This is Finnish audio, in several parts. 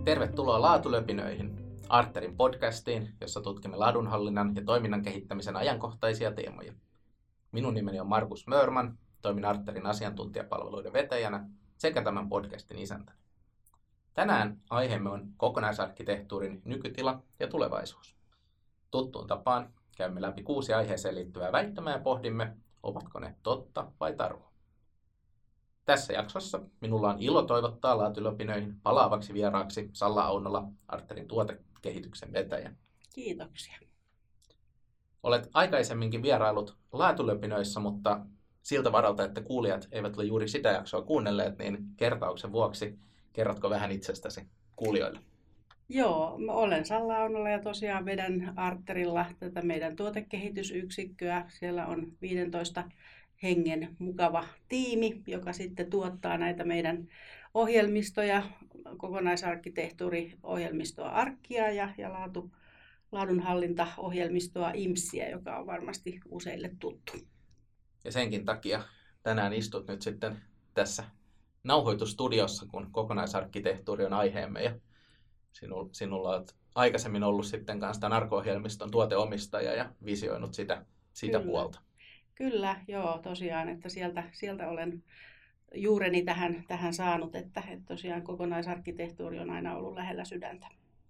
Tervetuloa Laatulöpinöihin, Arterin podcastiin, jossa tutkimme laadunhallinnan ja toiminnan kehittämisen ajankohtaisia teemoja. Minun nimeni on Markus Mörman, toimin Arterin asiantuntijapalveluiden vetäjänä sekä tämän podcastin isäntänä. Tänään aiheemme on kokonaisarkkitehtuurin nykytila ja tulevaisuus. Tuttuun tapaan käymme läpi 6 aiheeseen liittyvää väittämää ja pohdimme, ovatko ne totta vai tarua. Tässä jaksossa minulla on ilo toivottaa Laatulöpinöihin palaavaksi vieraaksi Salla Aunola, Arterin tuotekehityksen vetäjä. Kiitoksia. Olet aikaisemminkin vierailut Laatulöpinöissä, mutta siltä varalta, että kuulijat eivät ole juuri sitä jaksoa kuunnelleet, niin kertauksen vuoksi kerrotko vähän itsestäsi kuulijoille? Joo, mä olen Salla Aunola ja tosiaan vedän Arterilla tätä meidän tuotekehitysyksikköä. Siellä on 15 hengen mukava tiimi, joka sitten tuottaa näitä meidän ohjelmistoja, kokonaisarkkitehtuuriohjelmistoa Arkkia ja laadunhallintaohjelmistoa IMSiä, joka on varmasti useille tuttu. Ja senkin takia tänään istut nyt sitten tässä nauhoitusstudiossa, kun kokonaisarkkitehtuuri on aiheemme ja sinulla on aikaisemmin ollut sitten kanssa tämän ARK-ohjelmiston tuoteomistaja ja visioinut sitä puolta. Kyllä, joo, tosiaan, että sieltä olen juureni tähän saanut, että tosiaan kokonaisarkkitehtuuri on aina ollut lähellä sydäntä.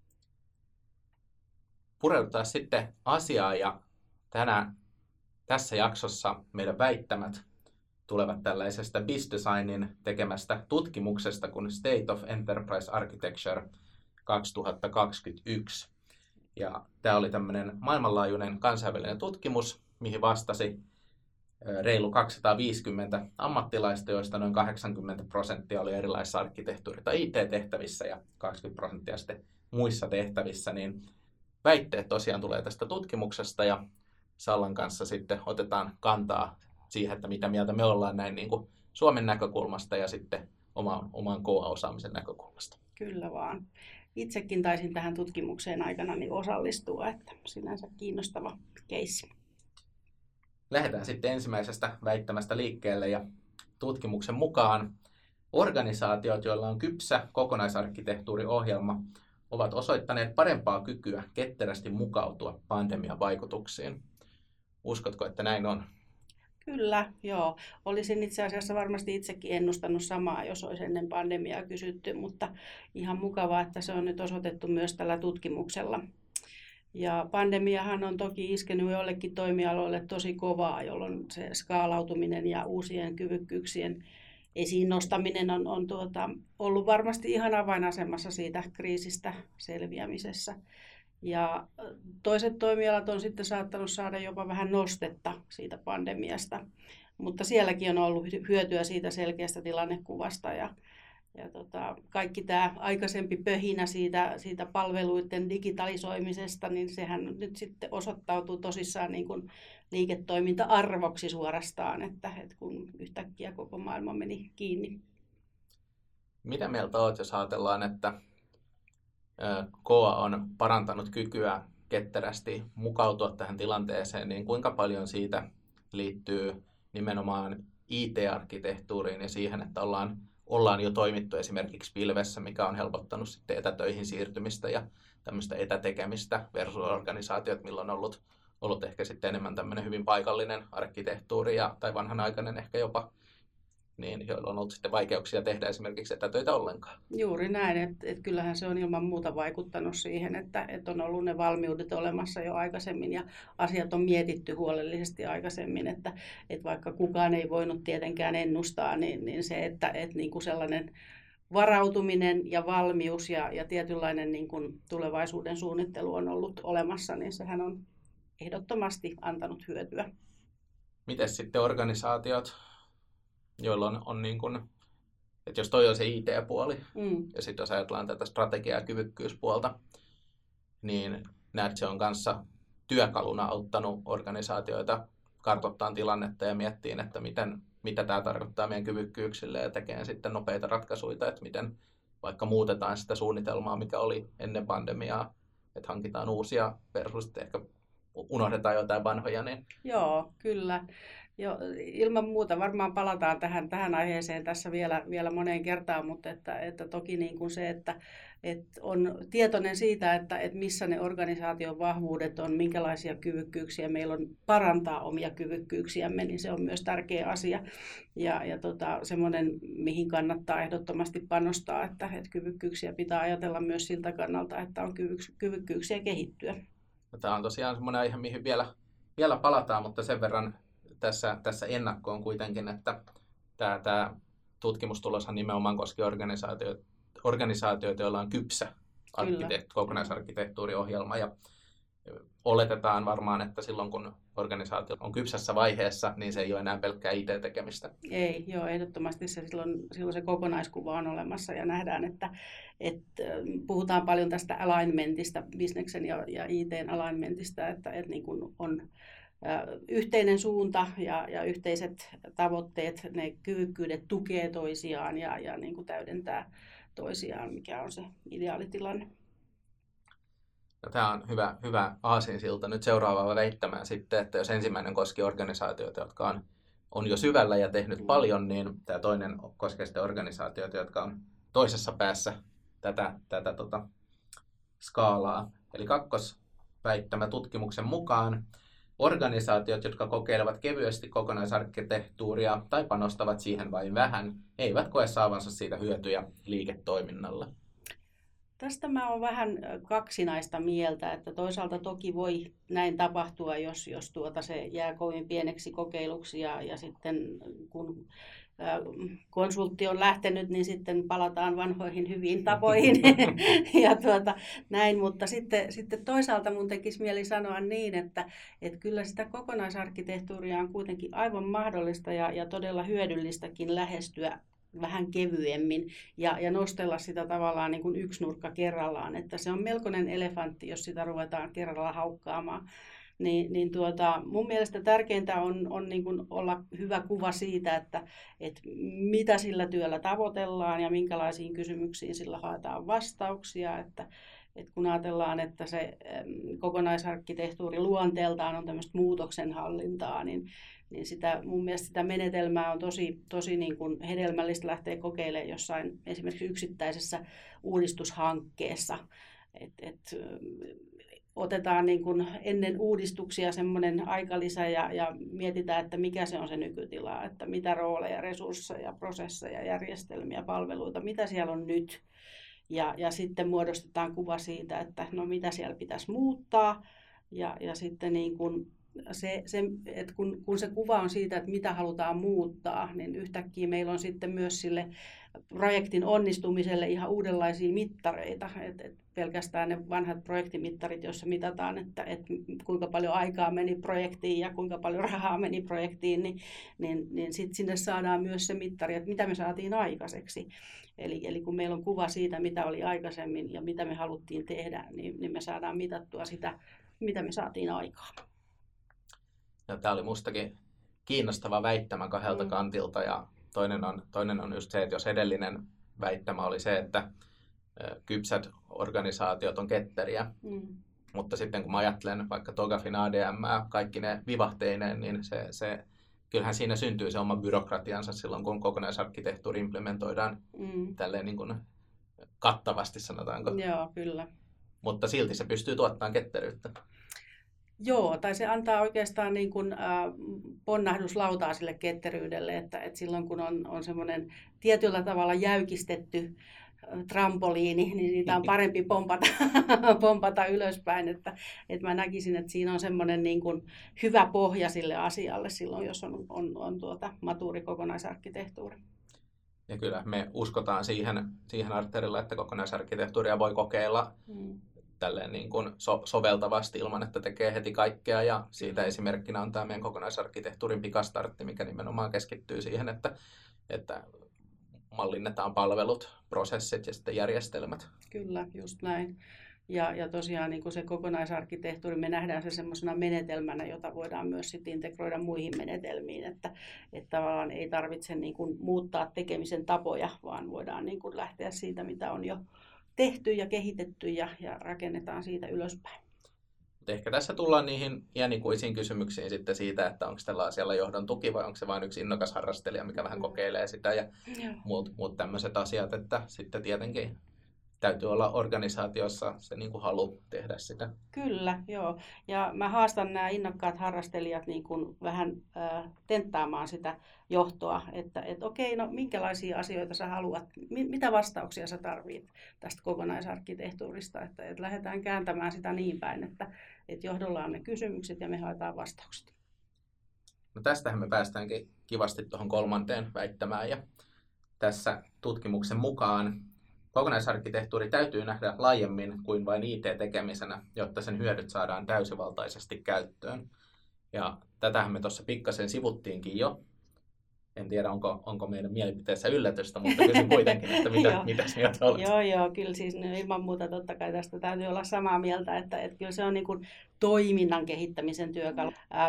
Pureudutaan sitten asiaan ja tässä jaksossa meidän väittämät tulevat tällaisesta BizDesignin tekemästä tutkimuksesta kuin State of Enterprise Architecture 2021. Ja tämä oli tämmöinen maailmanlaajuinen kansainvälinen tutkimus, mihin vastasi reilu 250 ammattilaista, joista noin 80% oli erilaisissa arkkitehtuuri- tai IT-tehtävissä ja 20% sitten muissa tehtävissä, niin väitteet tosiaan tulee tästä tutkimuksesta ja Sallan kanssa sitten otetaan kantaa siihen, että mitä mieltä me ollaan näin niin kuin Suomen näkökulmasta ja sitten oman KA-osaamisen näkökulmasta. Kyllä vaan. Itsekin taisin tähän tutkimukseen aikanani osallistua, että sinänsä kiinnostava keissi. Lähdetään sitten ensimmäisestä väittämästä liikkeelle ja tutkimuksen mukaan organisaatiot, joilla on kypsä kokonaisarkkitehtuuriohjelma, ovat osoittaneet parempaa kykyä ketterästi mukautua pandemian vaikutuksiin. Uskotko, että näin on? Kyllä, joo. Olisin itse asiassa varmasti itsekin ennustanut samaa, jos olisi ennen pandemiaa kysytty, mutta ihan mukavaa, että se on nyt osoitettu myös tällä tutkimuksella. Ja pandemiahan on toki iskenyt joillekin toimialoille tosi kovaa, jolloin se skaalautuminen ja uusien kyvykkyyksien esiin nostaminen on ollut varmasti ihan avainasemassa siitä kriisistä selviämisessä. Ja toiset toimialat on sitten saattanut saada jopa vähän nostetta siitä pandemiasta, mutta sielläkin on ollut hyötyä siitä selkeästä tilannekuvasta ja kaikki tämä aikaisempi pöhinä siitä palveluiden digitalisoimisesta, niin sehän nyt sitten osoittautuu tosissaan niin kuin liiketoiminta-arvoksi suorastaan, että kun yhtäkkiä koko maailma meni kiinni. Mitä mieltä olet, jos ajatellaan, että KOA on parantanut kykyä ketterästi mukautua tähän tilanteeseen, niin kuinka paljon siitä liittyy nimenomaan IT-arkkitehtuuriin ja siihen, että ollaan jo toimittu esimerkiksi pilvessä, mikä on helpottanut sitten etätöihin siirtymistä ja tämmöistä etätekemistä versus organisaatiot, millä on ollut ehkä sitten enemmän tämmöinen hyvin paikallinen arkkitehtuuri tai vanhanaikainen ehkä jopa, niin joilla on ollut sitten vaikeuksia tehdä esimerkiksi etätöitä ollenkaan. Juuri näin, että kyllähän se on ilman muuta vaikuttanut siihen, että on ollut ne valmiudet olemassa jo aikaisemmin ja asiat on mietitty huolellisesti aikaisemmin, että vaikka kukaan ei voinut tietenkään ennustaa, niin se, että niin kuin sellainen varautuminen ja valmius ja tietynlainen niin kuin tulevaisuuden suunnittelu on ollut olemassa, niin sehän on ehdottomasti antanut hyötyä. Miten sitten organisaatiot, joilla on niin kuin, että jos toi on se IT-puoli ja sitten jos ajatellaan tätä strategia- ja kyvykkyyspuolta, niin näet, se on kanssa työkaluna auttanut organisaatioita kartoittamaan tilannetta ja miettiin, että mitä tämä tarkoittaa meidän kyvykkyyksille ja tekee sitten nopeita ratkaisuja, että miten vaikka muutetaan sitä suunnitelmaa, mikä oli ennen pandemiaa, että hankitaan uusia versus ehkä unohdetaan jotain vanhoja. Niin... Joo, kyllä. Jo, ilman muuta varmaan palataan tähän aiheeseen tässä vielä moneen kertaan, mutta että toki niin kuin se, että on tietoinen siitä, että missä ne organisaation vahvuudet on, minkälaisia kyvykkyyksiä meillä on parantaa omia kyvykkyyksiämme, niin se on myös tärkeä asia ja semmoinen, mihin kannattaa ehdottomasti panostaa, että kyvykkyyksiä pitää ajatella myös siltä kannalta, että on kyvykkyyksiä kehittyä. Tämä on tosiaan semmoinen aihe, mihin vielä palataan, mutta sen verran tässä ennakkoon kuitenkin, että tämä tutkimustuloshan nimenomaan koski organisaatioita, joilla on kypsä kokonaisarkkitehtuuriohjelma. Ja oletetaan varmaan, että silloin kun organisaatio on kypsässä vaiheessa, niin se ei ole enää pelkkää IT-tekemistä. Ei, joo, ehdottomasti silloin se kokonaiskuva on olemassa ja nähdään, että puhutaan paljon tästä alignmentista, bisneksen ja IT:n alignmentista, että niin kuin on yhteinen suunta ja yhteiset tavoitteet, ne kyvykkyydet tukee toisiaan ja niin kuin täydentää toisiaan, mikä on se ideaalitilanne. No, tämä on hyvä aasinsilta nyt seuraavaan väittämään sitten, että jos ensimmäinen koski organisaatioita, jotka on jo syvällä ja tehnyt paljon, niin tämä toinen koskee sitten organisaatioita, jotka on toisessa päässä tätä skaalaa. Eli kakkosväittämä tutkimuksen mukaan organisaatiot, jotka kokeilevat kevyesti kokonaisarkkitehtuuria tai panostavat siihen vain vähän, eivät koe saavansa siitä hyötyjä liiketoiminnalla. Tästä mä oon vähän kaksinaista mieltä, että toisaalta toki voi näin tapahtua, jos se jää kovin pieneksi kokeiluksi ja sitten kun konsultti on lähtenyt, niin sitten palataan vanhoihin hyviin tapoihin ja näin, mutta sitten toisaalta mun tekisi mieli sanoa niin, että kyllä sitä kokonaisarkkitehtuuria on kuitenkin aivan mahdollista ja todella hyödyllistäkin lähestyä vähän kevyemmin ja nostella sitä tavallaan niin kuin yksi nurkka kerrallaan, että se on melkoinen elefantti, jos sitä ruvetaan kerralla haukkaamaan. Niin mun mielestä tärkeintä on niin kuin olla hyvä kuva siitä, että mitä sillä työllä tavoitellaan ja minkälaisiin kysymyksiin sillä haetaan vastauksia, että kun ajatellaan, että se kokonaisarkkitehtuuri luonteeltaan on tämmöistä muutoksenhallintaa, niin mun mielestä sitä menetelmää on tosi niin kuin hedelmällistä lähteä kokeilemaan jossain esimerkiksi yksittäisessä uudistushankkeessa. Otetaan niin kuin ennen uudistuksia semmoinen aikalisä ja mietitään, että mikä se on se nykytila, että mitä rooleja, resursseja, prosesseja, järjestelmiä, palveluita, mitä siellä on nyt. Ja sitten muodostetaan kuva siitä, että no mitä siellä pitäisi muuttaa ja sitten niin kuin että kun se kuva on siitä, että mitä halutaan muuttaa, niin yhtäkkiä meillä on sitten myös sille projektin onnistumiselle ihan uudenlaisia mittareita. Pelkästään ne vanhat projektimittarit, joissa mitataan, että kuinka paljon aikaa meni projektiin ja kuinka paljon rahaa meni projektiin, niin sitten sinne saadaan myös se mittari, että mitä me saatiin aikaiseksi. Eli kun meillä on kuva siitä, mitä oli aikaisemmin ja mitä me haluttiin tehdä, niin me saadaan mitattua sitä, mitä me saatiin aikaan. Ja tämä oli mustakin kiinnostava väittämä kahdelta kantilta ja toinen on just se, että jos edellinen väittämä oli se, että kypsät organisaatiot on ketteriä, mutta sitten kun mä ajattelen vaikka TOGAFin ADM, kaikki ne vivahteineen, niin kyllähän siinä syntyy se oma byrokratiansa silloin, kun kokonaisarkkitehtuuri implementoidaan tälleen niin kuin kattavasti, sanotaanko. Joo, kyllä. Mutta silti se pystyy tuottamaan ketteryyttä. Joo, tai se antaa oikeastaan niin kuin ponnahduslautaa sille ketteryydelle, että silloin kun on semmoinen tietyllä tavalla jäykistetty trampoliini, niin niitä on parempi pompata ylöspäin. Että mä näkisin, että siinä on semmoinen niin kuin hyvä pohja sille asialle silloin, jos on matuuri kokonaisarkkitehtuuri. Ja kyllä me uskotaan siihen Arterilla, että kokonaisarkkitehtuuria voi kokeilla tälleen niin kuin soveltavasti ilman, että tekee heti kaikkea. Ja siitä esimerkkinä on tämä meidän kokonaisarkkitehtuurin pikastartti, mikä nimenomaan keskittyy siihen, että mallinnetaan palvelut, prosessit ja sitten järjestelmät. Kyllä, just näin. Ja tosiaan niin kuin se kokonaisarkkitehtuuri, me nähdään se semmoisena menetelmänä, jota voidaan myös sitten integroida muihin menetelmiin, että tavallaan ei tarvitse niin kuin muuttaa tekemisen tapoja, vaan voidaan niin kuin lähteä siitä, mitä on jo tehty ja kehitetty ja rakennetaan siitä ylöspäin. Ehkä tässä tullaan niihin iänikuisiin kysymyksiin sitten siitä, että onko tällä asialla johdon tuki vai onko se vain yksi innokas harrastelija, mikä vähän kokeilee sitä ja muut tämmöiset asiat, että sitten tietenkin täytyy olla organisaatiossa se niin kuin halu tehdä sitä. Kyllä, joo. Ja mä haastan nämä innokkaat harrastelijat niin kuin vähän tenttaamaan sitä johtoa, että okei, no minkälaisia asioita sä haluat, mitä vastauksia sä tarvit tästä kokonaisarkkitehtuurista, että lähdetään kääntämään sitä niin päin, että johdolla on ne kysymykset ja me haetaan vastaukset. No tästähän me päästäänkin kivasti tuohon kolmanteen väittämään ja tässä tutkimuksen mukaan kokonaisarkkitehtuuri täytyy nähdä laajemmin kuin vain IT-tekemisenä, jotta sen hyödyt saadaan täysivaltaisesti käyttöön. Ja tätähän me tuossa pikkasen sivuttiinkin jo. En tiedä, onko meidän mielipiteessä yllätystä, mutta kysyn kuitenkin, että mitä mieltä olet? Joo, kyllä siis ilman muuta totta kai tästä täytyy olla samaa mieltä, että kyllä se on niin kuin toiminnan kehittämisen työkalu.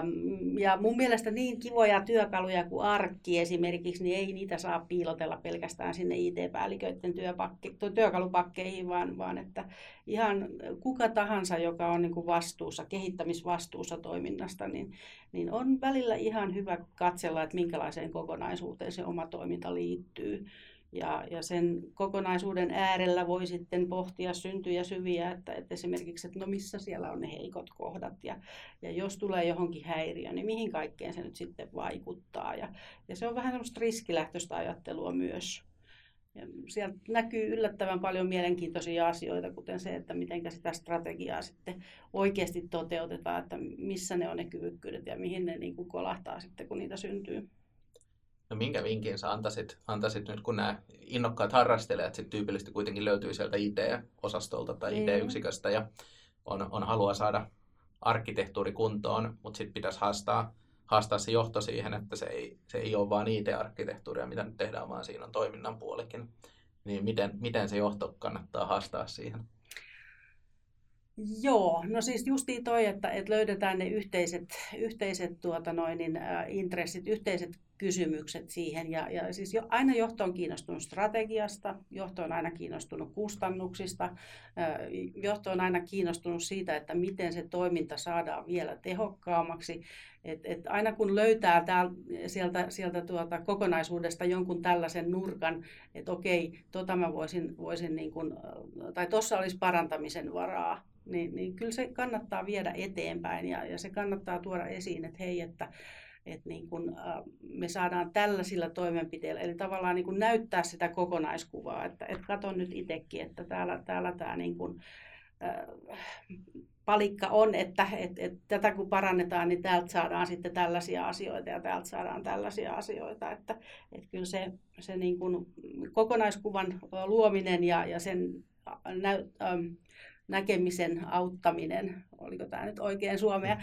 Ja mun mielestä niin kivoja työkaluja kuin Arkki esimerkiksi, niin ei niitä saa piilotella pelkästään sinne IT-päälliköiden työkalupakkeihin, vaan että ihan kuka tahansa, joka on niin kuin vastuussa, kehittämisvastuussa toiminnasta, niin on välillä ihan hyvä katsella, että minkälaiseen kokonaisuuteen se oma toiminta liittyy. Ja sen kokonaisuuden äärellä voi sitten pohtia syntyjä syviä, että esimerkiksi, että no missä siellä on ne heikot kohdat ja jos tulee johonkin häiriö, niin mihin kaikkeen se nyt sitten vaikuttaa. Ja se on vähän semmoista riskilähtöistä ajattelua myös. Ja sieltä näkyy yllättävän paljon mielenkiintoisia asioita, kuten se, että miten sitä strategiaa sitten oikeasti toteutetaan, että missä ne on ne kyvykkyydet ja mihin ne niin kuin kolahtaa sitten, kun niitä syntyy. No minkä vinkin sä antaisit nyt, kun nämä innokkaat harrastelijat sitten tyypillisesti kuitenkin löytyy sieltä IT-osastolta tai IT-yksiköstä ja on halua saada arkkitehtuuri kuntoon, mutta sitten pitäisi haastaa se johto siihen, että se ei ole vain IT-arkkitehtuuria, mitä nyt tehdään, vaan siinä on toiminnan puolikin. Niin miten se johto kannattaa haastaa siihen? Joo, no siis justiin toi, että löydetään ne yhteiset intressit, yhteiset kysymykset siihen. Ja siis aina johto on kiinnostunut strategiasta, johto on aina kiinnostunut kustannuksista, johto on aina kiinnostunut siitä, että miten se toiminta saadaan vielä tehokkaammaksi. Et aina kun löytää sieltä kokonaisuudesta jonkun tällaisen nurkan, että okei, mä voisin niin kun, tai tuossa olisi parantamisen varaa, niin kyllä se kannattaa viedä eteenpäin ja se kannattaa tuoda esiin, että hei, että niin kun, me saadaan tällaisilla toimenpiteillä, eli tavallaan niin kun näyttää sitä kokonaiskuvaa, että katso nyt itsekin, että täällä tämä niin kun, palikka on, että tätä kun parannetaan, niin täältä saadaan sitten tällaisia asioita ja täältä saadaan tällaisia asioita, että kyllä se niin kun kokonaiskuvan luominen ja sen näkemisen auttaminen, oliko tämä nyt oikein suomea,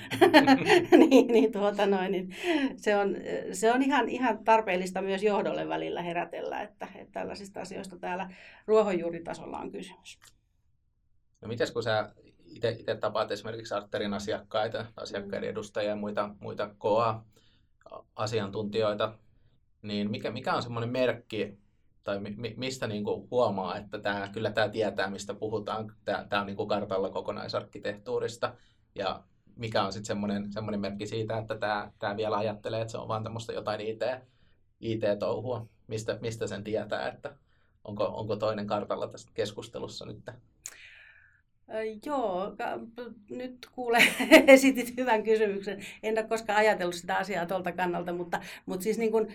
niin se on ihan tarpeellista myös johdolle välillä herätellä, että tällaisista asioista täällä ruohonjuuritasolla on kysymys. No mites kun sä itse tapaat esimerkiksi Arterin asiakkaiden edustajia ja muita KOA-asiantuntijoita, niin mikä on semmoinen merkki, tai mistä niin kuin huomaa, että kyllä tämä tietää, mistä puhutaan. Tämä on niin kuin kartalla kokonaisarkkitehtuurista. Ja mikä on sitten semmoinen merkki siitä, että tämä vielä ajattelee, että se on vaan tämmöistä jotain IT-touhua. Mistä sen tietää, että onko toinen kartalla tässä keskustelussa nyt? Joo, nyt kuule, esitit hyvän kysymyksen. En ole koskaan ajatellut sitä asiaa tuolta kannalta, mutta siis niin kuin...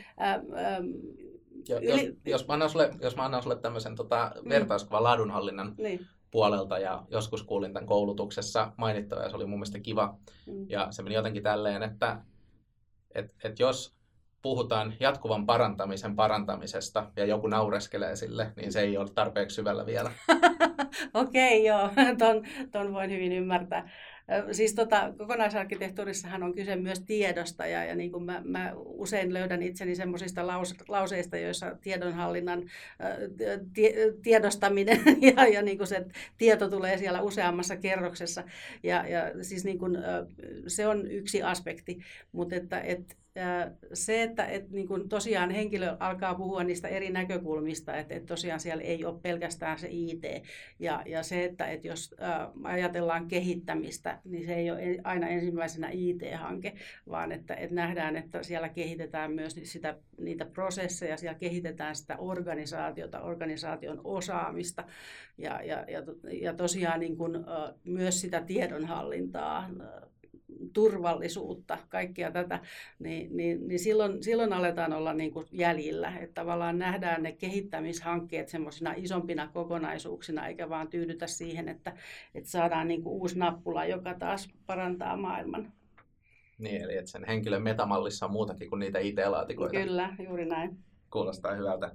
Jos mä annan sulle tämmöisen vertauskuvan laadunhallinnan puolelta ja joskus kuulin tämän koulutuksessa mainittava ja se oli mun mielestä kiva. Ja se meni jotenkin tälleen, että jos puhutaan jatkuvan parantamisen parantamisesta ja joku naureskelee sille, niin se ei ole tarpeeksi syvällä vielä. Okei, joo, ton voin hyvin ymmärtää. Siis kokonaisarkkitehtuurissahan on kyse myös tiedosta ja niin kuin mä usein löydän itseni semmoisista lauseista, joissa tiedonhallinnan tiedostaminen ja niin kuin se tieto tulee siellä useammassa kerroksessa ja siis niin kuin, se on yksi aspekti, mutta että se, että niin kun tosiaan henkilö alkaa puhua niistä eri näkökulmista, että tosiaan siellä ei ole pelkästään se IT. Ja se, että jos ajatellaan kehittämistä, niin se ei ole aina ensimmäisenä IT-hanke, vaan että nähdään, että siellä kehitetään myös niitä prosesseja, siellä kehitetään sitä organisaatiota, organisaation osaamista ja tosiaan niin kun, myös sitä tiedonhallintaa, turvallisuutta, kaikkia tätä, niin silloin aletaan olla niin kuin jäljillä. Että tavallaan nähdään ne kehittämishankkeet semmoisina isompina kokonaisuuksina, eikä vaan tyydytä siihen, että saadaan niin kuin uusi nappula, joka taas parantaa maailman. Niin, eli että sen henkilön metamallissa on muutakin kuin niitä IT-laatikoita. Kyllä, juuri näin. Kuulostaa hyvältä.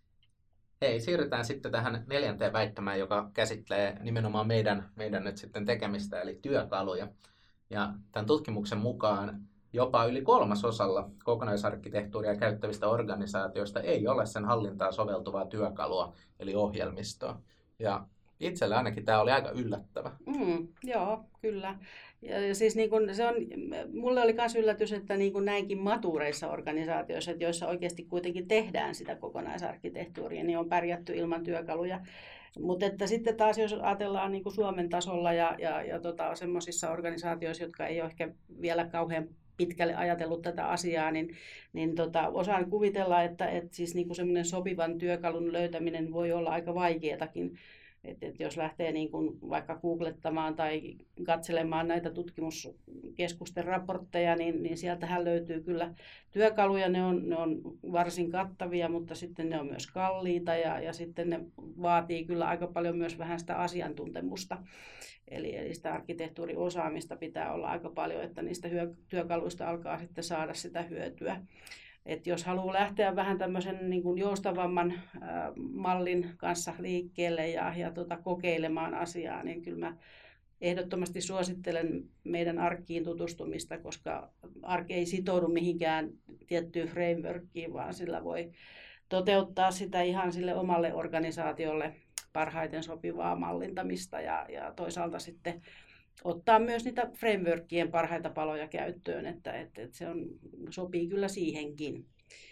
Hei, siirrytään sitten tähän 4. väittämään, joka käsittelee nimenomaan meidän nyt sitten tekemistä, eli työkaluja. Ja tämän tutkimuksen mukaan jopa yli 3/3 kokonaisarkkitehtuuria käyttävistä organisaatioista ei ole sen hallintaan soveltuvaa työkalua, eli ohjelmistoa. Ja itselle ainakin tämä oli aika yllättävä. Joo, kyllä. Ja siis niin kun mulle oli myös yllätys, että niin kun näinkin matuureissa organisaatioissa, joissa oikeasti kuitenkin tehdään sitä kokonaisarkkitehtuuria, niin on pärjätty ilman työkaluja. Mutta että sitten taas jos ajatellaan niin kuin Suomen tasolla ja semmoisissa organisaatioissa, jotka ei ole ehkä vielä kauhean pitkälle ajatellut tätä asiaa, niin osaan kuvitella, että siis niin kuin semmoinen sopivan työkalun löytäminen voi olla aika vaikeatakin. Että jos lähtee niin kuin vaikka googlettamaan tai katselemaan näitä tutkimuskeskusten raportteja, niin sieltähän löytyy kyllä työkaluja. Ne on varsin kattavia, mutta sitten ne on myös kalliita ja sitten ne vaatii kyllä aika paljon myös vähän sitä asiantuntemusta. Eli sitä arkkitehtuuriosaamista pitää olla aika paljon, että niistä työkaluista alkaa sitten saada sitä hyötyä. Et jos haluaa lähteä vähän tämmöisen niin kuin joustavamman mallin kanssa liikkeelle ja kokeilemaan asiaa, niin kyllä mä ehdottomasti suosittelen meidän arkkiin tutustumista, koska arki ei sitoudu mihinkään tiettyyn frameworkiin, vaan sillä voi toteuttaa sitä ihan sille omalle organisaatiolle parhaiten sopivaa mallintamista ja toisaalta sitten ottaa myös niitä frameworkien parhaita paloja käyttöön, että se sopii kyllä siihenkin.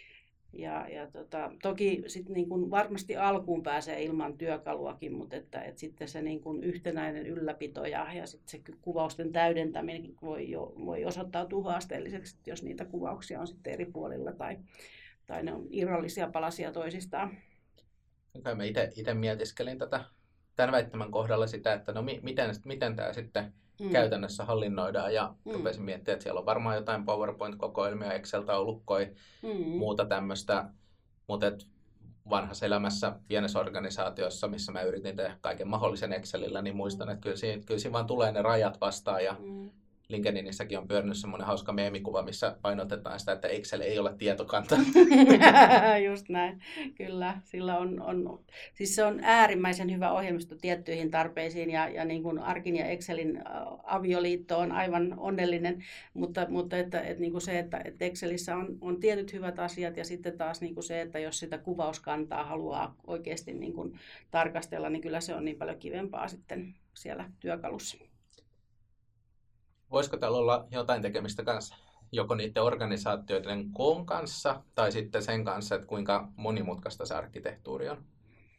Toki sit niin kun varmasti alkuun pääsee ilman työkaluakin, mutta että sitten se niin kun yhtenäinen ylläpito ja sitten se kuvausten täydentäminen voi osoittautua haasteelliseksi, jos niitä kuvauksia on sitten eri puolilla tai ne on irrallisia palasia toisistaan. Mä itse mietiskelin tämän väittämän kohdalla sitä, että no miten tämä sitten käytännössä hallinnoidaan ja rupesin miettimään, että siellä on varmaan jotain PowerPoint-kokoelmia, Excel-taulukkoja, muuta tämmöistä, mutta vanhassa elämässä pienessä organisaatiossa, missä mä yritin tehdä kaiken mahdollisen Excelillä, niin muistan, että kyllä siinä vaan tulee ne rajat vastaan ja LinkedInissäkin on pyörinyt semmoinen hauska meemikuva, missä painotetaan sitä, että Excel ei ole tietokanta. Just näin, kyllä. Sillä siis se on äärimmäisen hyvä ohjelmisto tiettyihin tarpeisiin ja niin kuin Arkin ja Excelin avioliitto on aivan onnellinen, mutta että niin kuin se, että Excelissä on tietyt hyvät asiat ja sitten taas niin kuin se, että jos sitä kuvauskantaa haluaa oikeasti niin kuin tarkastella, niin kyllä se on niin paljon kivempaa sitten siellä työkalussa. Voisiko täällä olla jotain tekemistä kanssa, joko niiden organisaatioiden koon kanssa tai sitten sen kanssa, että kuinka monimutkaista se arkkitehtuuri on?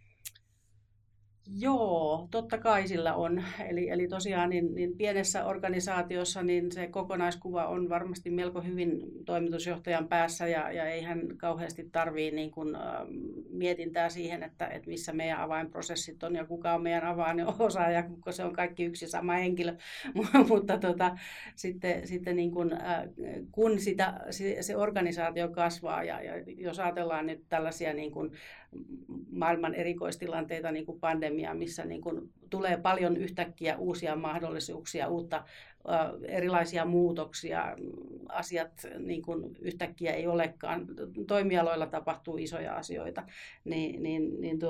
Joo, totta kai sillä on. Eli tosiaan niin pienessä organisaatiossa niin se kokonaiskuva on varmasti melko hyvin toimitusjohtajan päässä ja ei hän kauheasti tarvitse niin kuin mietintää siihen, että missä meidän avainprosessit on ja kuka on meidän avainosaaja, kun se on kaikki yksi sama henkilö. Mutta sitten niin kuin, kun se organisaatio kasvaa ja jos ajatellaan nyt tällaisia niin kuin maailman erikoistilanteita niin kuin pandemia, missä niin kuin tulee paljon yhtäkkiä uusia mahdollisuuksia, erilaisia muutoksia, asiat niin kuin yhtäkkiä ei olekaan, toimialoilla tapahtuu isoja asioita, niin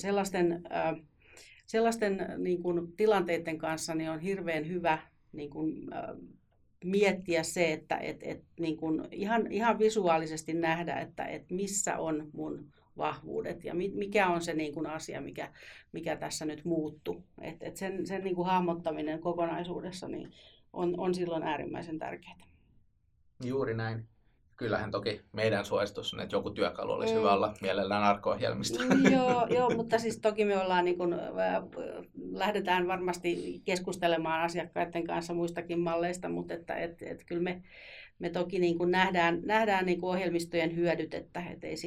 sellaisten niin kuin tilanteiden kanssa niin on hirveän hyvä niin kuin, miettiä se, että niin kuin ihan visuaalisesti nähdä, että missä on mun vahvuudet ja mikä on se niin kuin asia, mikä tässä nyt muuttuu. Sen niin kuin hahmottaminen kokonaisuudessa niin on silloin äärimmäisen tärkeää. Juuri näin. Kyllähän toki meidän suositus on, että joku työkalu olisi hyvä olla mielellään arko-ohjelmista. Joo, mutta siis toki me ollaan lähdetään varmasti keskustelemaan asiakkaiden kanssa muistakin malleista, mutta että kyllä me toki nähdään ohjelmistojen hyödyt, että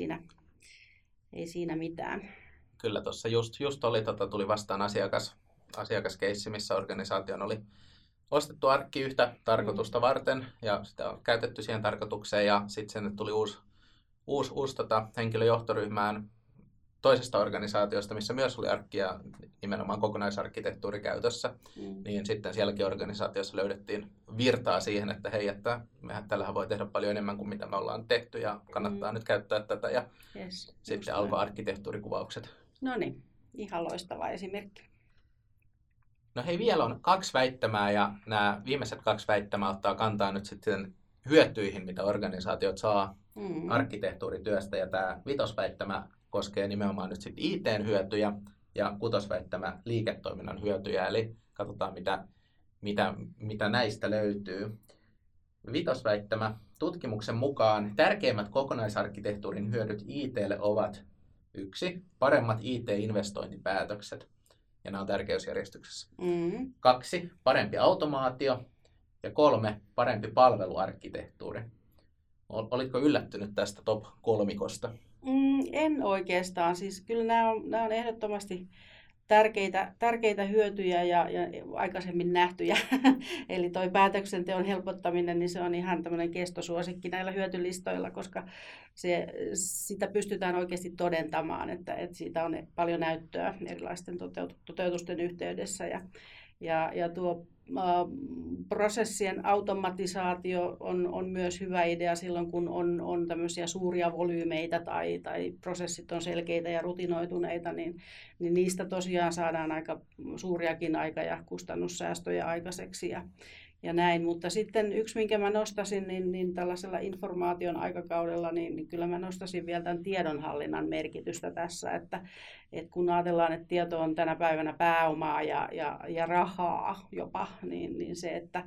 ei siinä mitään. Kyllä tuossa just oli, tuli vastaan asiakaskeissi, missä organisaation oli ostettu arkki yhtä tarkoitusta varten ja sitä on käytetty siihen tarkoitukseen ja sitten sinne tuli uusi henkilöjohtoryhmään toisesta organisaatiosta, missä myös oli arkki ja nimenomaan kokonaisarkkitehtuuri käytössä, niin sitten sielläkin organisaatiossa löydettiin virtaa siihen, että hei, että mehän tällähän voi tehdä paljon enemmän kuin mitä me ollaan tehty ja kannattaa nyt käyttää tätä ja sitten alkoi arkkitehtuurikuvaukset. No niin, ihan loistava esimerkki. No hei, vielä on 2 väittämää ja nämä viimeiset 2 väittämää ottaa kantaa nyt sitten hyötyihin, mitä organisaatiot saa arkkitehtuurityöstä ja tämä 5. väittämä koskee nimenomaan nyt sitten IT:n hyötyjä ja 6. väittämä liiketoiminnan hyötyjä, eli katsotaan mitä näistä löytyy. 5. väittämä tutkimuksen mukaan tärkeimmät kokonaisarkkitehtuurin hyödyt IT:lle ovat 1. Paremmat IT-investointipäätökset. Ja nämä on tärkeysjärjestyksessä. 2. Parempi automaatio. Ja 3. Parempi palveluarkkitehtuuri. Olitko yllättynyt tästä top 3:kosta? En oikeastaan. Siis kyllä nämä on ehdottomasti tärkeitä hyötyjä ja aikaisemmin nähtyjä. Eli toi päätöksenteon helpottaminen, niin se on ihan tämmöinen kestosuosikki näillä hyötylistoilla, koska sitä pystytään oikeasti todentamaan, että siitä on paljon näyttöä erilaisten toteutusten yhteydessä. Ja tuo prosessien automatisaatio on myös hyvä idea silloin, kun on tämmöisiä suuria volyymeitä tai prosessit on selkeitä ja rutinoituneita, niin niistä tosiaan saadaan aika suuriakin aika- ja kustannussäästöjä aikaiseksi ja näin. Mutta sitten yksi, minkä mä nostasin, niin tällaisella informaation aikakaudella, niin kyllä mä nostasin vielä tämän tiedonhallinnan merkitystä tässä, että kun ajatellaan, että tieto on tänä päivänä pääomaa ja rahaa jopa, niin se, että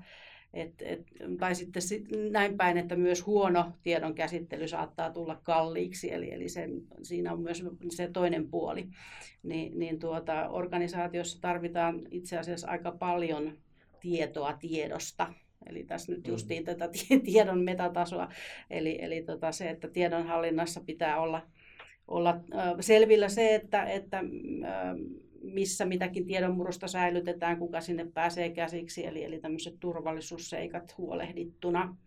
tai sitten näin päin, että myös huono tiedon käsittely saattaa tulla kalliiksi, eli siinä on myös se toinen puoli. Organisaatiossa tarvitaan itse asiassa aika paljon tietoa tiedosta. Eli tässä nyt justiin tätä tiedon metatasoa. Eli se, että tiedonhallinnassa pitää olla selvillä se, että missä mitäkin tiedonmurrosta säilytetään, kuka sinne pääsee käsiksi, eli tämmöiset turvallisuusseikat huolehdittuna.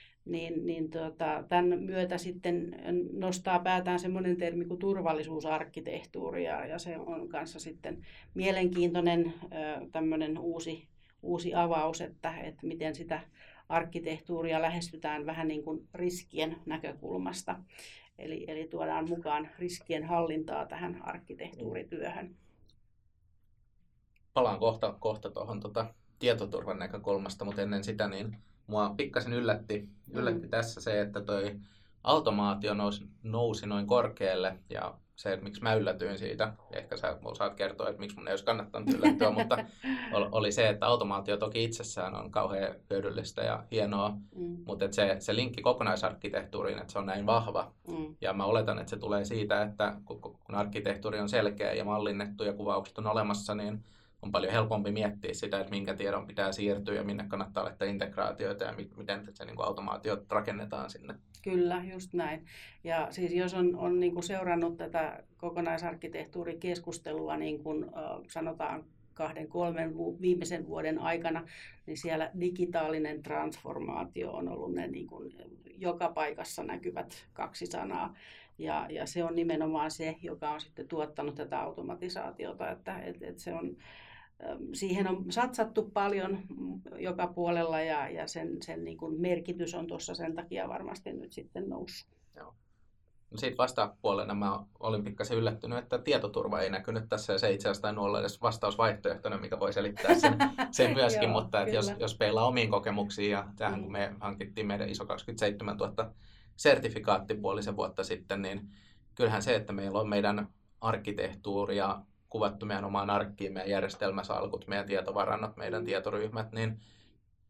Tämän myötä sitten nostaa päätään semmoinen termi kuin turvallisuusarkkitehtuuri, ja se on kanssa sitten mielenkiintoinen tämmöinen uusi avaus, että miten sitä arkkitehtuuria lähestytään vähän niin kuin riskien näkökulmasta. Eli tuodaan mukaan riskien hallintaa tähän arkkitehtuurityöhön. Palaan kohta tuohon tietoturvan näkökulmasta, mutta ennen sitä niin mua pikkasen yllätti tässä se, että toi automaatio nousi noin korkealle ja se, että miksi mä yllätyin siitä, ehkä sä osaat kertoa, että miksi mun ei olisi kannattanut yllättyä, mutta oli se, että automaatio toki itsessään on kauhean hyödyllistä ja hienoa, mutta että se linkki kokonaisarkkitehtuuriin, että se on näin vahva. Ja mä oletan, että se tulee siitä, että kun arkkitehtuuri on selkeä ja mallinnettu ja kuvaukset on olemassa, niin on paljon helpompi miettiä sitä, että minkä tiedon pitää siirtyä ja minne kannattaa laittaa integraatioita ja miten se niin kuin automaatiot rakennetaan sinne. Kyllä, just näin. Ja siis jos on niin kuin seurannut tätä kokonaisarkkitehtuurikeskustelua, niin kuin sanotaan 2-3 viimeisen vuoden aikana, niin siellä digitaalinen transformaatio on ollut ne niin kuin joka paikassa näkyvät 2 sanaa. Ja se on nimenomaan se, joka on sitten tuottanut tätä automatisaatiota, että se on, siihen on satsattu paljon joka puolella ja sen niin kuin merkitys on tuossa sen takia varmasti nyt sitten noussut. Joo. No siitä vastapuolena mä olin pikkasen yllättynyt, että tietoturva ei näkynyt tässä ja se itse asiassa tainnut olla edes vastausvaihtoehtona, mikä voi selittää sen myöskin, Joo, mutta että jos peilaa omiin kokemuksiin ja tähän kun me hankittiin meidän ISO 27000 sertifikaatti puolisen vuotta sitten, niin kyllähän se, että meillä on meidän arkkitehtuuria kuvattu meidän omaan arkkiin, meidän järjestelmäsalkut, meidän tietovarannot, meidän tietoryhmät, niin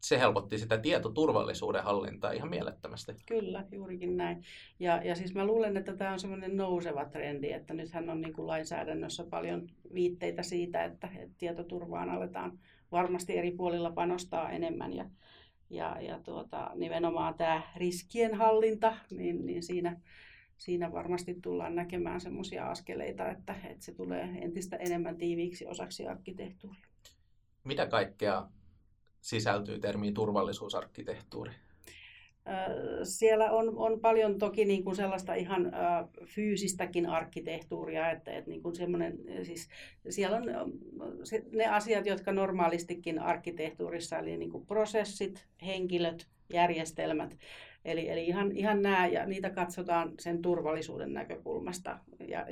se helpotti sitä tietoturvallisuuden hallintaa ihan mielettömästi. Kyllä, juurikin näin. Ja siis mä luulen, että tämä on semmoinen nouseva trendi, että nythän on niin kuin lainsäädännössä paljon viitteitä siitä, että tietoturvaan aletaan varmasti eri puolilla panostaa enemmän. Ja nimenomaan tämä riskien hallinta, niin siinä varmasti tullaan näkemään semmoisia askeleita, että se tulee entistä enemmän tiiviiksi osaksi arkkitehtuuria. Mitä kaikkea sisältyy termiin turvallisuusarkkitehtuuri? Siellä on paljon toki niin kuin sellaista ihan fyysistäkin arkkitehtuuria, että niin kuin semmoinen, siis siellä on ne asiat, jotka normaalistikin arkkitehtuurissa, eli niin kuin prosessit, henkilöt, järjestelmät, eli ihan nämä, ja niitä katsotaan sen turvallisuuden näkökulmasta ja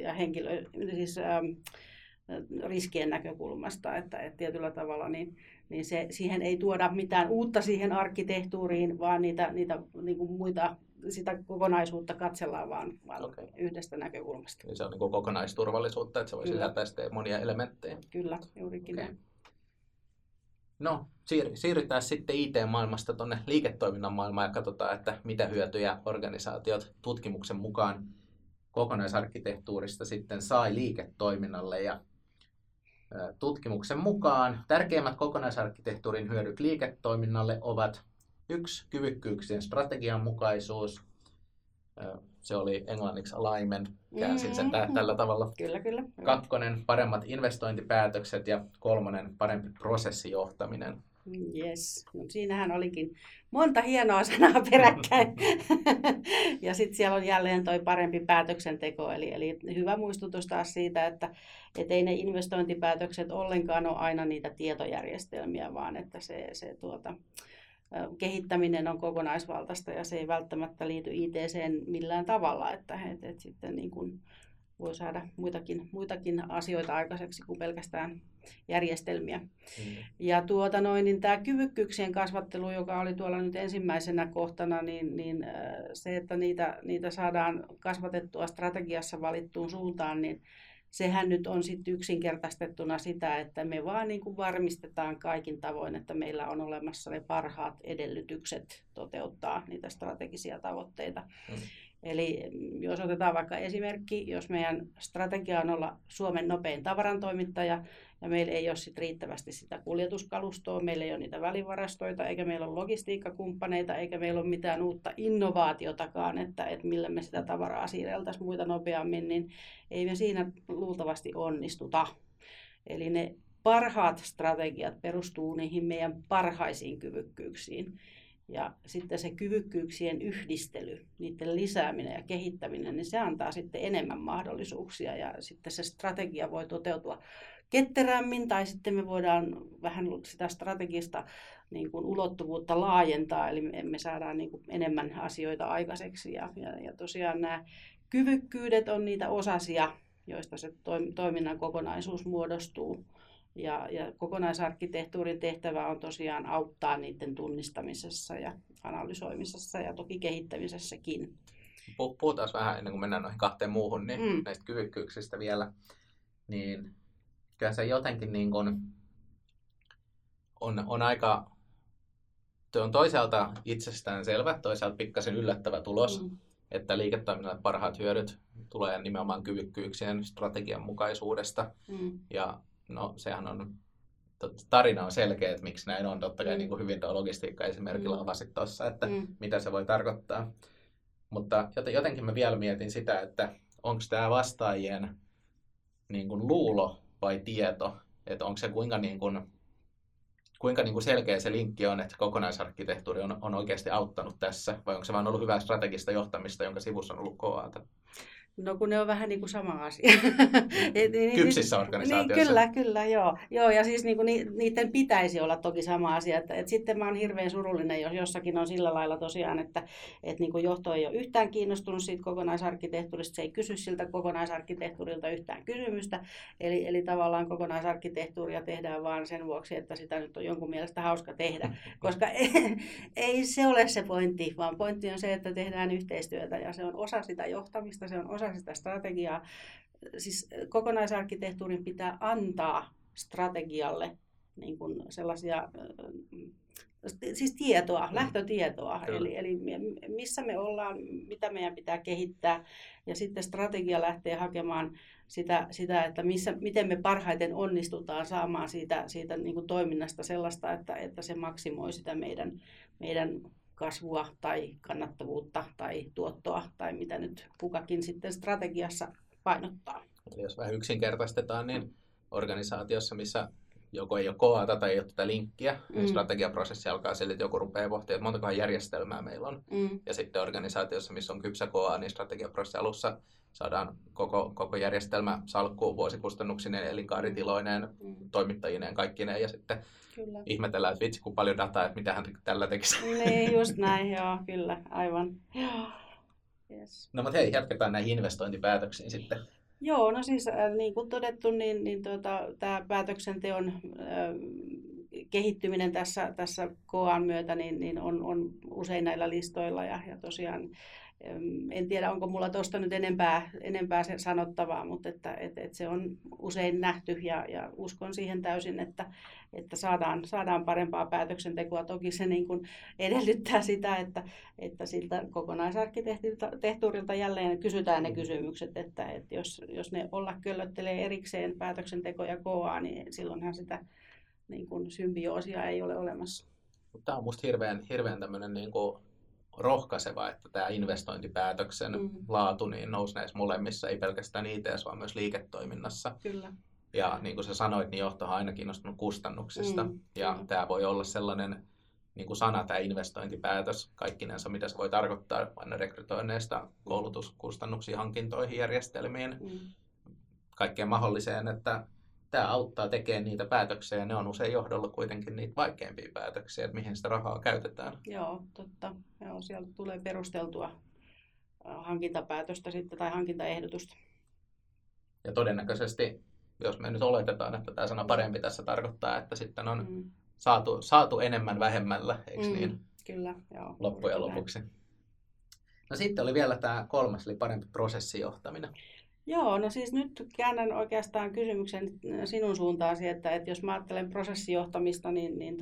riskien näkökulmasta, että tietyllä tavalla niin siihen ei tuoda mitään uutta siihen arkkitehtuuriin, vaan niitä niin kuin muita, sitä kokonaisuutta katsellaan vaan yhdestä näkökulmasta. Niin se on niin kuin kokonaisturvallisuutta, että se voi sisältää sitten monia elementtejä. Kyllä, juurikin näin. No, siirrytään sitten IT-maailmasta tuonne liiketoiminnan maailmaan ja katsotaan, että mitä hyötyjä organisaatiot tutkimuksen mukaan kokonaisarkkitehtuurista sitten sai liiketoiminnalle. Ja tutkimuksen mukaan tärkeimmät kokonaisarkkitehtuurin hyödyt liiketoiminnalle ovat 1. Kyvykkyyksien strategianmukaisuus. Se oli englanniksi alignment, käänsin sen tällä tavalla. Kyllä. 2. paremmat investointipäätökset ja 3. parempi prosessijohtaminen. Yes. No, siinähän olikin monta hienoa sanaa peräkkäin. Ja sitten siellä on jälleen toi parempi päätöksenteko. Eli hyvä muistutus taas siitä, että ei ne investointipäätökset ollenkaan ole aina niitä tietojärjestelmiä, vaan että se kehittäminen on kokonaisvaltaista ja se ei välttämättä liity IT:seen millään tavalla, että sitten niin kuin voi saada muitakin asioita aikaiseksi kuin pelkästään järjestelmiä. Ja niin tämä kyvykkyyksien kasvattelu, joka oli tuolla nyt ensimmäisenä kohtana, niin se, että niitä saadaan kasvatettua strategiassa valittuun suuntaan, niin sehän nyt on sitten yksinkertaistettuna sitä, että me vaan niin kuin varmistetaan kaikin tavoin, että meillä on olemassa ne parhaat edellytykset toteuttaa niitä strategisia tavoitteita. Eli jos otetaan vaikka esimerkki, jos meidän strategia on olla Suomen nopein tavarantoimittaja ja meillä ei ole sit riittävästi sitä kuljetuskalustoa, meillä ei ole niitä välivarastoita, eikä meillä ole logistiikkakumppaneita, eikä meillä ole mitään uutta innovaatiotakaan, että millä me sitä tavaraa siirreltäisiin muita nopeammin, niin ei me siinä luultavasti onnistuta. Eli ne parhaat strategiat perustuu niihin meidän parhaisiin kyvykkyyksiin. Ja sitten se kyvykkyyksien yhdistely, niiden lisääminen ja kehittäminen, niin se antaa sitten enemmän mahdollisuuksia ja sitten se strategia voi toteutua ketterämmin tai sitten me voidaan vähän sitä strategista niin kuin ulottuvuutta laajentaa, eli me saadaan niin kuin enemmän asioita aikaiseksi ja tosiaan nämä kyvykkyydet on niitä osasia, joista se toiminnan kokonaisuus muodostuu. Ja kokonaisarkkitehtuurin tehtävä on tosiaan auttaa niiden tunnistamisessa ja analysoimisessa ja toki kehittämisessäkin. Puhutaan vähän ennen kuin mennään noihin 2 muuhun, niin näistä kyvykkyyksistä vielä. Niin kyllä se jotenkin niin kuin on aika, on toisaalta itsestään selvä, toisaalta pikkasen yllättävä tulos, että liiketoiminnalle parhaat hyödyt tulee nimenomaan kyvykkyyksien strategian mukaisuudesta. Ja no, sehän on, tarina on selkeä, että miksi näin on. Totta kai niin kuin hyvin tuo logistiikka-esimerkillä avasit tuossa, että mitä se voi tarkoittaa. Mutta jotenkin mä vielä mietin sitä, että onko tämä vastaajien niin kuin luulo vai tieto, että onko se kuinka selkeä se linkki on, että kokonaisarkkitehtuuri on oikeasti auttanut tässä, vai onko se vaan ollut hyvää strategista johtamista, jonka sivussa on ollut kovaata? No kun ne on vähän niin kuin sama asia. Kypsissä organisaatioissa. Niin, kyllä, joo. Ja siis niin kuin niiden pitäisi olla toki sama asia. Että sitten mä oon hirveän surullinen, jos jossakin on sillä lailla tosiaan, että niin kuin johto ei ole yhtään kiinnostunut siitä kokonaisarkkitehtuurista. Se ei kysy siltä kokonaisarkkitehtuurilta yhtään kysymystä. Eli tavallaan kokonaisarkkitehtuuria tehdään vaan sen vuoksi, että sitä nyt on jonkun mielestä hauska tehdä. Koska ei se ole se pointti, vaan pointti on se, että tehdään yhteistyötä ja se on osa sitä johtamista, se on osa sitä strategiaa. Siis kokonaisarkkitehtuurin pitää antaa strategialle niin kuin sellaisia Siis tietoa, lähtötietoa, eli missä me ollaan, mitä meidän pitää kehittää, ja sitten strategia lähtee hakemaan sitä että miten me parhaiten onnistutaan saamaan siitä niin kuin toiminnasta sellaista, että se maksimoi sitä meidän kasvua tai kannattavuutta tai tuottoa tai mitä nyt kukakin sitten strategiassa painottaa. Eli jos vähän yksinkertaistetaan, niin organisaatiossa, missä joko ei ole koata tai ei ole tätä linkkiä, niin strategiaprosessi alkaa sille, että joku rupeaa pohtimaan, että montakohan järjestelmää meillä on. Ja sitten organisaatiossa, missä on kypsä koa, niin strategiaprosessi alussa saadaan koko järjestelmä salkkuun vuosikustannuksineen, elinkaaritiloineen, toimittajineen, kaikkineen. Ja sitten ihmetellään, että vitsi, kun paljon dataa, että mitähän tällä tekisi. Niin, just näin, joo, kyllä, aivan. Yes. No mutta hei, jatketaan näihin investointipäätöksiin sitten. Joo, no siis niin kuin todettu, tämä päätöksenteon kehittyminen tässä KOAn myötä niin on usein näillä listoilla ja tosiaan en tiedä, onko mulla tuosta nyt enempää se sanottavaa, mutta että se on usein nähty ja uskon siihen täysin, että saadaan parempaa päätöksentekoa. Toki se niin kuin edellyttää sitä, että siltä kokonaisarkkitehtuurilta jälleen kysytään ne kysymykset, että jos ne köllöttelee erikseen päätöksenteko ja KOA, niin silloinhan sitä niin kuin symbioosia ei ole olemassa. Tämä on musta hirveän tämmöinen niin kuin rohkaiseva, että tämä investointipäätöksen laatu niin nousi näissä molemmissa, ei pelkästään IT:ssä, vaan myös liiketoiminnassa. Kyllä. Ja niin kuin sä sanoit, niin johtohan on aina kiinnostunut kustannuksista. Ja tämä voi olla sellainen niin kuin sana, tämä investointipäätös, kaikkinensa, mitä se voi tarkoittaa aina rekrytoinneista koulutuskustannuksiin, hankintoihin, järjestelmiin, kaikkeen mahdolliseen, että tämä auttaa tekemään niitä päätöksiä, ja ne on usein johdolla kuitenkin niitä vaikeimpia päätöksiä, että mihin sitä rahaa käytetään. Joo, totta. Joo, sieltä tulee perusteltua hankintapäätöstä sitten, tai hankintaehdotusta. Ja todennäköisesti, jos me nyt oletetaan, että tämä sana parempi tässä tarkoittaa, että sitten on saatu enemmän vähemmällä, eikö niin? Kyllä, joo. Loppujen lopuksi. No sitten oli vielä tämä kolmas, eli parempi prosessijohtaminen. Joo, no siis nyt käännän oikeastaan kysymyksen sinun suuntaasi, että jos mä ajattelen prosessijohtamista, niin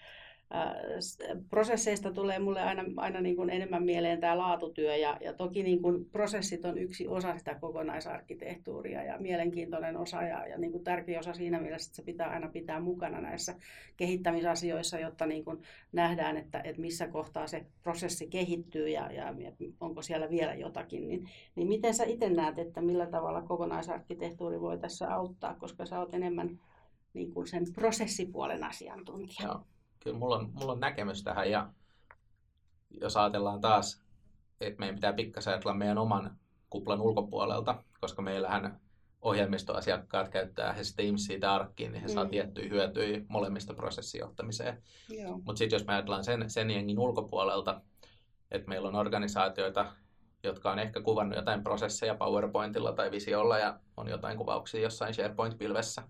prosesseista tulee mulle aina niin kuin enemmän mieleen tämä laatutyö ja toki niin kuin prosessit on yksi osa sitä kokonaisarkkitehtuuria ja mielenkiintoinen osa ja niin kuin tärkeä osa siinä mielessä, että se pitää aina pitää mukana näissä kehittämisasioissa, jotta niin kuin nähdään, että missä kohtaa se prosessi kehittyy ja onko siellä vielä jotakin. Niin miten sä itse näet, että millä tavalla kokonaisarkkitehtuuri voi tässä auttaa, koska sä oot enemmän niin kuin sen prosessipuolen asiantuntija? Joo. Kyllä mulla on näkemys tähän, ja jos ajatellaan taas, että meidän pitää pikkasen ajatella meidän oman kuplan ulkopuolelta, koska meillähän ohjelmistoasiakkaat käyttää he Teamsia tai Arkkiin, niin he saa tiettyjä hyötyjä molemmista prosessijohtamiseen. Mutta sitten jos me ajatellaan sen jengin ulkopuolelta, että meillä on organisaatioita, jotka on ehkä kuvannut jotain prosesseja PowerPointilla tai Visiolla ja on jotain kuvauksia jossain SharePoint-pilvessä.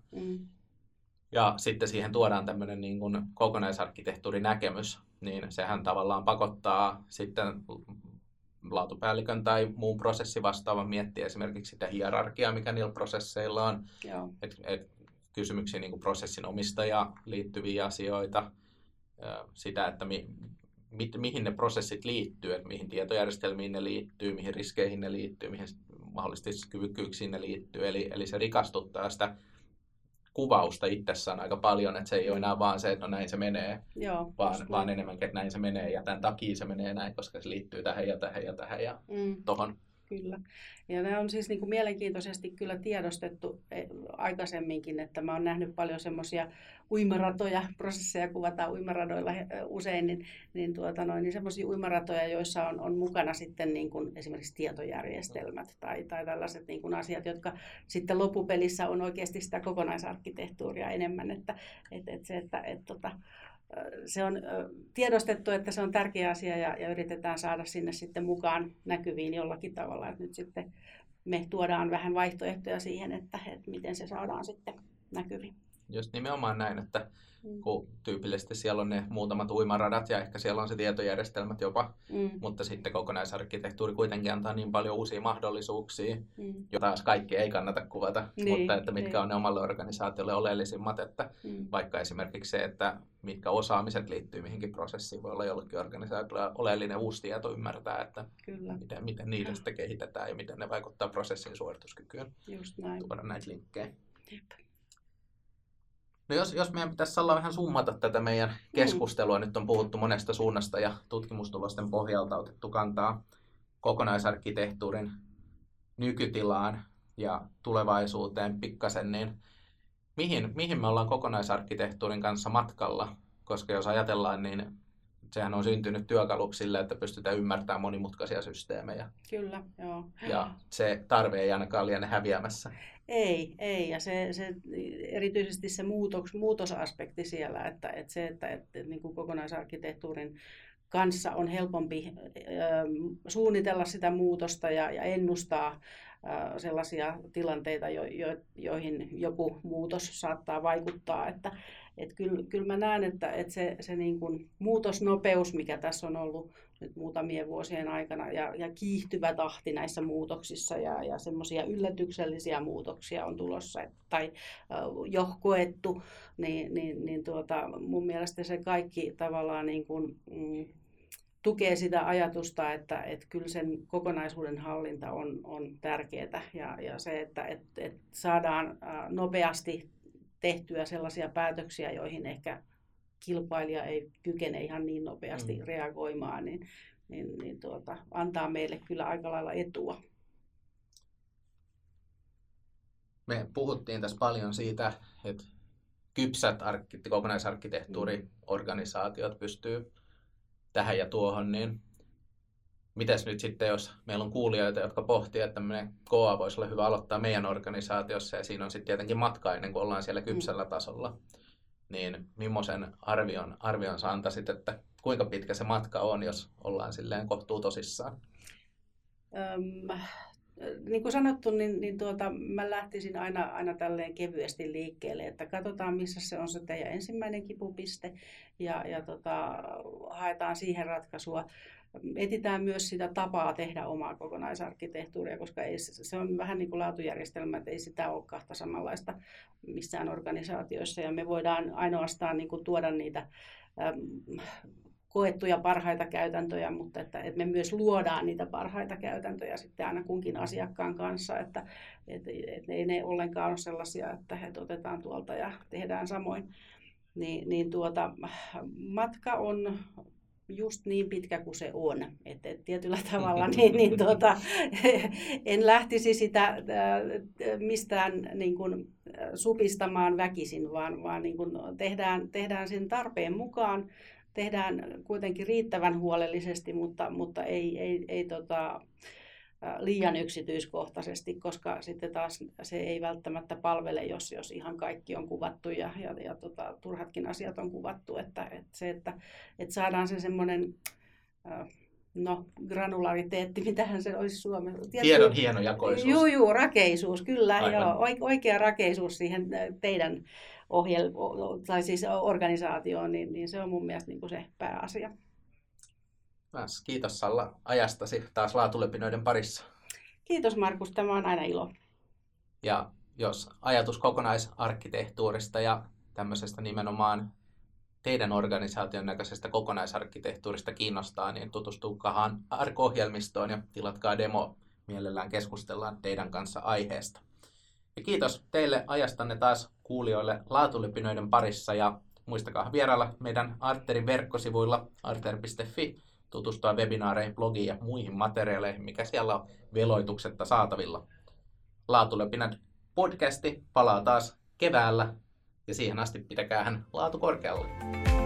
Ja sitten siihen tuodaan tämmöinen niin kuin kokonaisarkkitehtuurinäkemys, niin sehän tavallaan pakottaa sitten laatupäällikön tai muun prosessivastaavan miettiä esimerkiksi sitä hierarkiaa, mikä niillä prosesseilla on. Et kysymyksiä niin kuin prosessin omistajaan liittyviä asioita, sitä, että mihin ne prosessit liittyy, että mihin tietojärjestelmiin ne liittyy, mihin riskeihin ne liittyy, mihin mahdollisesti kyvykkyyksiin ne liittyy. Eli se rikastuttaa sitä kuvausta itsessään aika paljon, että se ei ole enää vaan se, että no näin se menee, vaan enemmänkin, että näin se menee ja tämän takia se menee näin, koska se liittyy tähän ja tähän ja tähän ja tohon. Kyllä. Ja nämä on siis niin kuin mielenkiintoisesti kyllä tiedostettu aikaisemminkin, että mä oon nähnyt paljon semmoisia uimaratoja, prosesseja kuvataan uimaradoilla usein, niin semmoisia uimaratoja, joissa on mukana sitten niin kuin esimerkiksi tietojärjestelmät tai tällaiset niin kuin asiat, jotka sitten loppupelissä on oikeasti sitä kokonaisarkkitehtuuria enemmän, että se on tiedostettu, että se on tärkeä asia ja yritetään saada sinne sitten mukaan näkyviin jollakin tavalla. Että nyt sitten me tuodaan vähän vaihtoehtoja siihen, että miten se saadaan sitten näkyviin. just nimenomaan näin, että kun tyypillisesti siellä on ne muutamat uimaradat ja ehkä siellä on se tietojärjestelmät jopa, mutta sitten kokonaisarkkitehtuuri kuitenkin antaa niin paljon uusia mahdollisuuksia, joita taas kaikki ei kannata kuvata, mutta että mitkä on ne omalle organisaatiolle oleellisimmat, että vaikka esimerkiksi se, että mitkä osaamiset liittyy mihinkin prosessiin, voi olla jollekin organisaatiolle oleellinen uusi tieto ymmärtää, että miten niitä sitten kehitetään ja miten ne vaikuttaa prosessin suorituskykyyn. Just näin. Tuoda näitä linkkejä. No jos meidän pitäisi olla vähän summata tätä meidän keskustelua, nyt on puhuttu monesta suunnasta ja tutkimustulosten pohjalta otettu kantaa kokonaisarkkitehtuurin nykytilaan ja tulevaisuuteen pikkasen, niin mihin me ollaan kokonaisarkkitehtuurin kanssa matkalla? Koska jos ajatellaan, niin sehän on syntynyt työkaluksi sille, että pystytään ymmärtämään monimutkaisia systeemejä. Kyllä, joo. Ja se tarve ei ainakaan liene häviämässä. Ei. Ja se erityisesti se muutosaspekti siellä, että niin kuin kokonaisarkkitehtuurin kanssa on helpompi suunnitella sitä muutosta ja ennustaa sellaisia tilanteita, joihin joku muutos saattaa vaikuttaa. Että kyllä mä näen, että se niin kuin muutosnopeus, mikä tässä on ollut nyt muutamien vuosien aikana ja kiihtyvä tahti näissä muutoksissa ja semmoisia yllätyksellisiä muutoksia on tulossa tai jo koettu, niin mun mielestä se kaikki tavallaan niin kuin, tukee sitä ajatusta, että kyllä sen kokonaisuuden hallinta on tärkeää ja se, että saadaan nopeasti tehtyä sellaisia päätöksiä, joihin ehkä kilpailija ei kykene ihan niin nopeasti reagoimaan, niin antaa meille kyllä aika lailla etua. Me puhuttiin tässä paljon siitä, että kypsät kokonaisarkkitehtuuriorganisaatiot pystyy tähän ja tuohon, niin mitäs nyt sitten, jos meillä on kuulijoita, jotka pohtii, että tämmöinen KOA voisi olla hyvä aloittaa meidän organisaatiossa, ja siinä on sitten tietenkin matka ennen kuin ollaan siellä kypsällä tasolla, niin millaisen arvion sä antaisit, että kuinka pitkä se matka on, jos ollaan silleen kohtuu tosissaan? Niin kuin sanottu, niin mä lähtisin aina tälleen kevyesti liikkeelle, että katsotaan missä se on se teidän ensimmäinen kipupiste ja haetaan siihen ratkaisua. Etsitään myös sitä tapaa tehdä omaa kokonaisarkkitehtuuria, koska se on vähän niin kuin laatujärjestelmä, että ei sitä ole kahta samanlaista missään organisaatioissa ja me voidaan ainoastaan niin kuin tuoda niitä koettuja parhaita käytäntöjä, mutta että me myös luodaan niitä parhaita käytäntöjä sitten aina kunkin asiakkaan kanssa, että ei ne ollenkaan ole sellaisia, että he otetaan tuolta ja tehdään samoin. Matka on just niin pitkä kuin se on, että tietyllä tavalla en lähtisi sitä mistään niin kuin supistamaan väkisin, vaan niin kuin tehdään sen tarpeen mukaan. Tehdään kuitenkin riittävän huolellisesti, mutta ei liian yksityiskohtaisesti, koska sitten taas se ei välttämättä palvele, jos ihan kaikki on kuvattu ja turhatkin asiat on kuvattu. Että saadaan se semmoinen granulariteetti, mitähän se olisi Suomessa. Tiedon hienojakoisuus. Joo, rakeisuus, kyllä. Joo, oikea rakeisuus siihen teidän tai siis organisaatioon, niin se on mun mielestä niin kuin se pääasia. Kiitos Salla ajastasi taas laatulepinoiden parissa. Kiitos Markus, tämä on aina ilo. Ja jos ajatus kokonaisarkkitehtuurista ja tämmöisestä nimenomaan teidän organisaation näköisestä kokonaisarkkitehtuurista kiinnostaa, niin tutustukahan ARK-ohjelmistoon ja tilatkaa demo. Mielellään keskustellaan teidän kanssa aiheesta. Ja kiitos teille ajastanne taas kuulijoille laatulepinoiden parissa ja muistakaa vierailla meidän Arterin verkkosivuilla arter.fi, tutustua webinaareihin, blogiin ja muihin materiaaleihin, mikä siellä on veloituksetta saatavilla. Laatulepinat podcasti palaa taas keväällä ja siihen asti pitäkäähän laatu korkealle.